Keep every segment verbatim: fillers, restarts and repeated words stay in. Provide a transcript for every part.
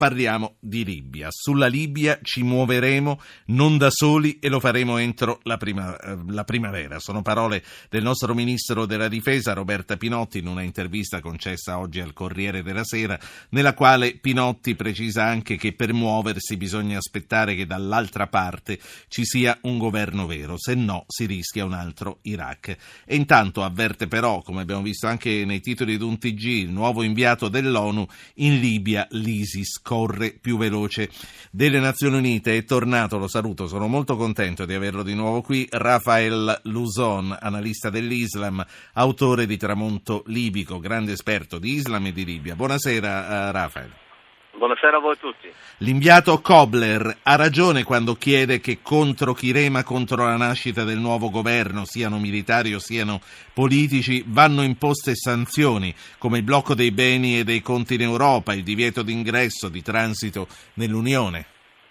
parliamo di Libia. Sulla Libia ci muoveremo non da soli e lo faremo entro la, prima, la primavera. Sono parole del nostro ministro della difesa Roberta Pinotti in una intervista concessa oggi al Corriere della Sera, nella quale Pinotti precisa anche che per muoversi bisogna aspettare che dall'altra parte ci sia un governo vero, se no si rischia un altro Iraq. E intanto avverte però, come abbiamo visto anche nei titoli di un T G, il nuovo inviato dell'ONU: in Libia l'ISIS corre più veloce delle Nazioni Unite. È tornato, lo saluto, sono molto contento di averlo di nuovo qui, Rafael Luzon, analista dell'Islam, autore di Tramonto libico, grande esperto di Islam e di Libia. Buonasera uh, Rafael. Buonasera a voi tutti. L'inviato Kobler ha ragione quando chiede che contro chi rema contro la nascita del nuovo governo, siano militari o siano politici, vanno imposte sanzioni come il blocco dei beni e dei conti in Europa, il divieto d'ingresso, di transito nell'Unione.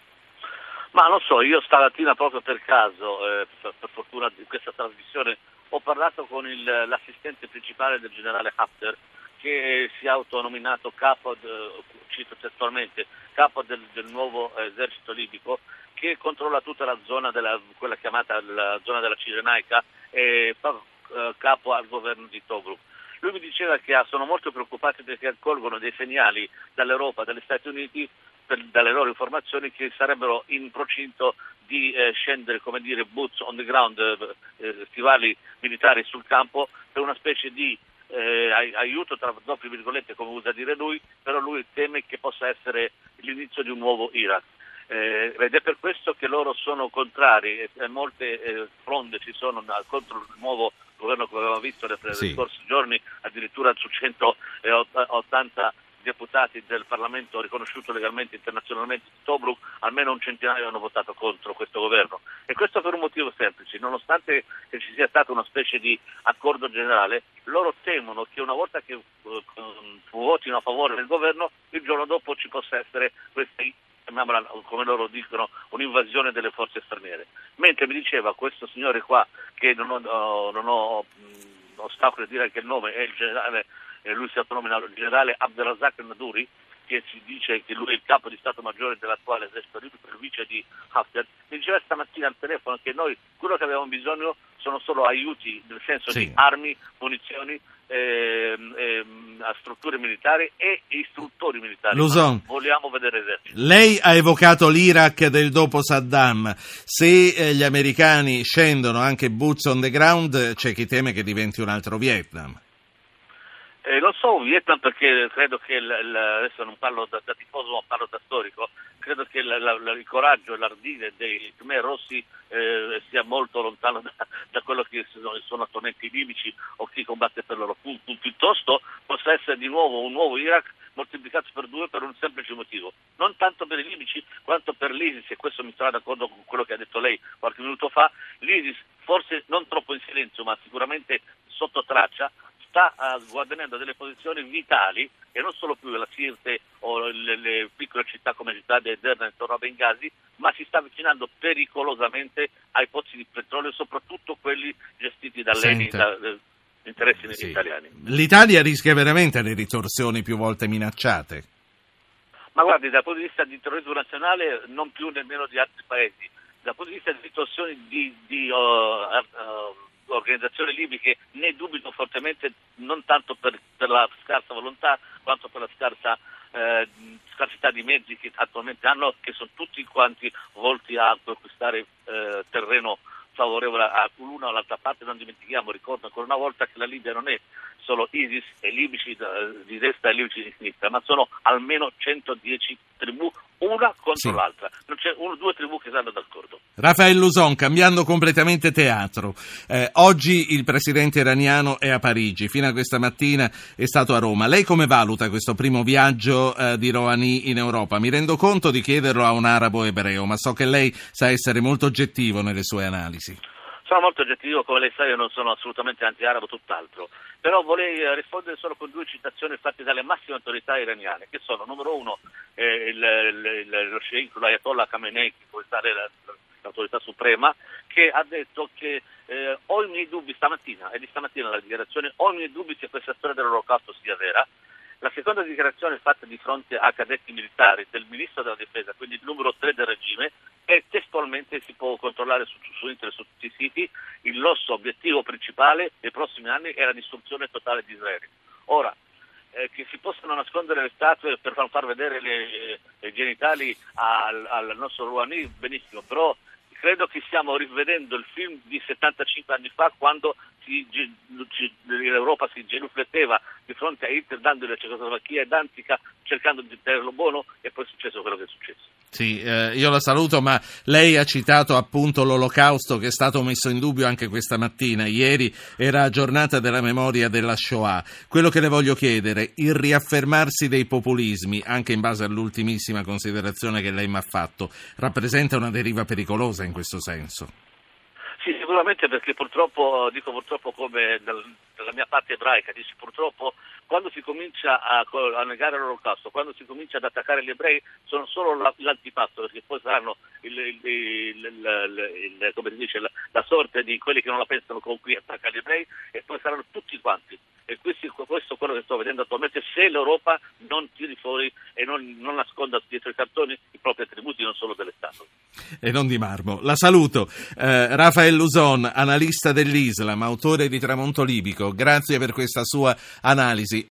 Ma non so, io stamattina proprio per caso, eh, per, per fortuna di questa trasmissione, ho parlato con il, l'assistente principale del generale Haftar, che si è autonominato capo, de, cito testualmente, capo del, del nuovo esercito libico, che controlla tutta la zona della, quella chiamata la zona della Cirenaica, e fa eh, capo al governo di Tobruk. Lui mi diceva che ah, sono molto preoccupati perché accolgono dei segnali dall'Europa, dagli Stati Uniti, per, dalle loro informazioni, che sarebbero in procinto di eh, scendere, come dire, boots on the ground, eh, stivali militari sul campo, per una specie di Eh, aiuto tra doppie virgolette, come usa dire lui, però lui teme che possa essere l'inizio di un nuovo Iraq, eh, ed è per questo che loro sono contrari, e, e molte eh, fronde ci sono da, contro il nuovo governo, come avevamo visto nei sì. scorsi giorni, addirittura su centottanta deputati del Parlamento riconosciuto legalmente internazionalmente di Tobruk, almeno un centinaio hanno votato contro questo governo, e questo per un motivo semplice: nonostante che ci sia stata una specie di accordo generale, loro temono che una volta che uh, votino a favore del governo, il giorno dopo ci possa essere questa, come loro dicono, un'invasione delle forze straniere. Mentre mi diceva questo signore qua, che non ho, non ho mh, ostacolo a dire che il nome è il generale, e lui si autonomina il generale Abdelrazak Naduri, che si dice che lui è il capo di Stato Maggiore dell'attuale esercito libico, il vice di Haftar, mi diceva stamattina al telefono che noi quello che avevamo bisogno sono solo aiuti, nel senso sì. di armi, munizioni, ehm, ehm, a strutture militari e istruttori militari. Luzon, vogliamo vedere esercito. Lei ha evocato l'Iraq del dopo Saddam. Se eh, gli americani scendono anche boots on the ground, c'è chi teme che diventi un altro Vietnam. Eh, non so Vietnam, perché credo che il, il, adesso non parlo da, da tifoso ma parlo da storico, credo che la, la, il coraggio e l'ardire dei Khmer Rossi eh, sia molto lontano da, da quello che sono, sono attualmente i libici o chi combatte per loro. Pi, piuttosto possa essere di nuovo un nuovo Iraq moltiplicato per due, per un semplice motivo: non tanto per i libici quanto per l'ISIS, e questo mi trovo d'accordo con quello che ha detto lei qualche minuto fa. L'ISIS, forse non troppo in silenzio ma sicuramente sotto traccia, sta uh, guadagnando delle posizioni vitali, e non solo più la Sirte o le, le piccole città come città di Derna intorno a Bengasi, ma si sta avvicinando pericolosamente ai pozzi di petrolio, soprattutto quelli gestiti dall'Eni, da, da interessi sì. italiani. L'Italia rischia veramente le ritorsioni più volte minacciate? Ma guardi, dal punto di vista di terrorismo nazionale non più nemmeno di altri paesi. Dal punto di vista di ritorsioni di, di uh, uh, organizzazioni libiche ne dubito fortemente, non tanto per, per la scarsa volontà quanto per la scarsa eh, scarsità di mezzi che attualmente hanno, che sono tutti quanti volti a conquistare eh, terreno favorevole a l'una o all'altra parte. Non dimentichiamo, ricordo ancora una volta, che la Libia non è solo ISIS e libici di destra e libici di sinistra, ma sono almeno centodieci tribù, una contro sì. l'altra. Non c'è uno, due tribù che stanno d'accordo. Rafael Luzon, cambiando completamente teatro, eh, oggi il presidente iraniano è a Parigi, fino a questa mattina è stato a Roma. Lei come valuta questo primo viaggio eh, di Rouhani in Europa? Mi rendo conto di chiederlo a un arabo ebreo, ma so che lei sa essere molto oggettivo nelle sue analisi. Sono molto oggettivo, come lei sa, io non sono assolutamente anti-arabo, tutt'altro. Però vorrei rispondere solo con due citazioni fatte dalle massime autorità iraniane, che sono, numero uno, eh, il, il, il, lo Sheikh, l'Ayatollah Khamenei, che può stare la, l'autorità suprema, che ha detto che eh, ho i miei dubbi stamattina, e di stamattina la dichiarazione, ho i miei dubbi se questa storia dell'Olocausto sia vera, La seconda dichiarazione fatta di fronte a cadetti militari del ministro della difesa, quindi il numero tre del regime, e testualmente si può controllare su, su internet, su tutti i siti, il nostro obiettivo principale nei prossimi anni è la distruzione totale di Israele. Ora, eh, che si possano nascondere le statue per far, far vedere le, le genitali al, al nostro Rouhani, benissimo, però credo che stiamo rivedendo il film di settantacinque anni fa, quando si, l'Europa si genufletteva di fronte a Hitler, dandogli la Cecoslovacchia e Danzica, cercando di tenerlo buono, e poi è successo quello che è successo. Sì, eh, io la saluto, ma lei ha citato appunto l'Olocausto, che è stato messo in dubbio anche questa mattina. Ieri era giornata della memoria della Shoah. Quello che le voglio chiedere, il riaffermarsi dei populismi, anche in base all'ultimissima considerazione che lei mi ha fatto, rappresenta una deriva pericolosa in questo senso? Sì, sicuramente, perché purtroppo, dico purtroppo come dal, dalla mia parte ebraica, dici purtroppo, quando si comincia a, a negare l'Olocausto, quando si comincia ad attaccare gli ebrei, sono solo la, l'antipasto, perché poi saranno il, il, il, il, il, come si dice, la, la sorte di quelli che non la pensano con cui attacca gli ebrei, e poi saranno tutti quanti. E questo, questo è quello che sto vedendo attualmente, se l'Europa non tiri fuori e non, non nasconda dietro i cartoni i propri attributi, non solo delle statue. E non di marmo. La saluto. Eh, Rafael Luzon, analista dell'Islam, autore di Tramonto Libico, grazie per questa sua analisi.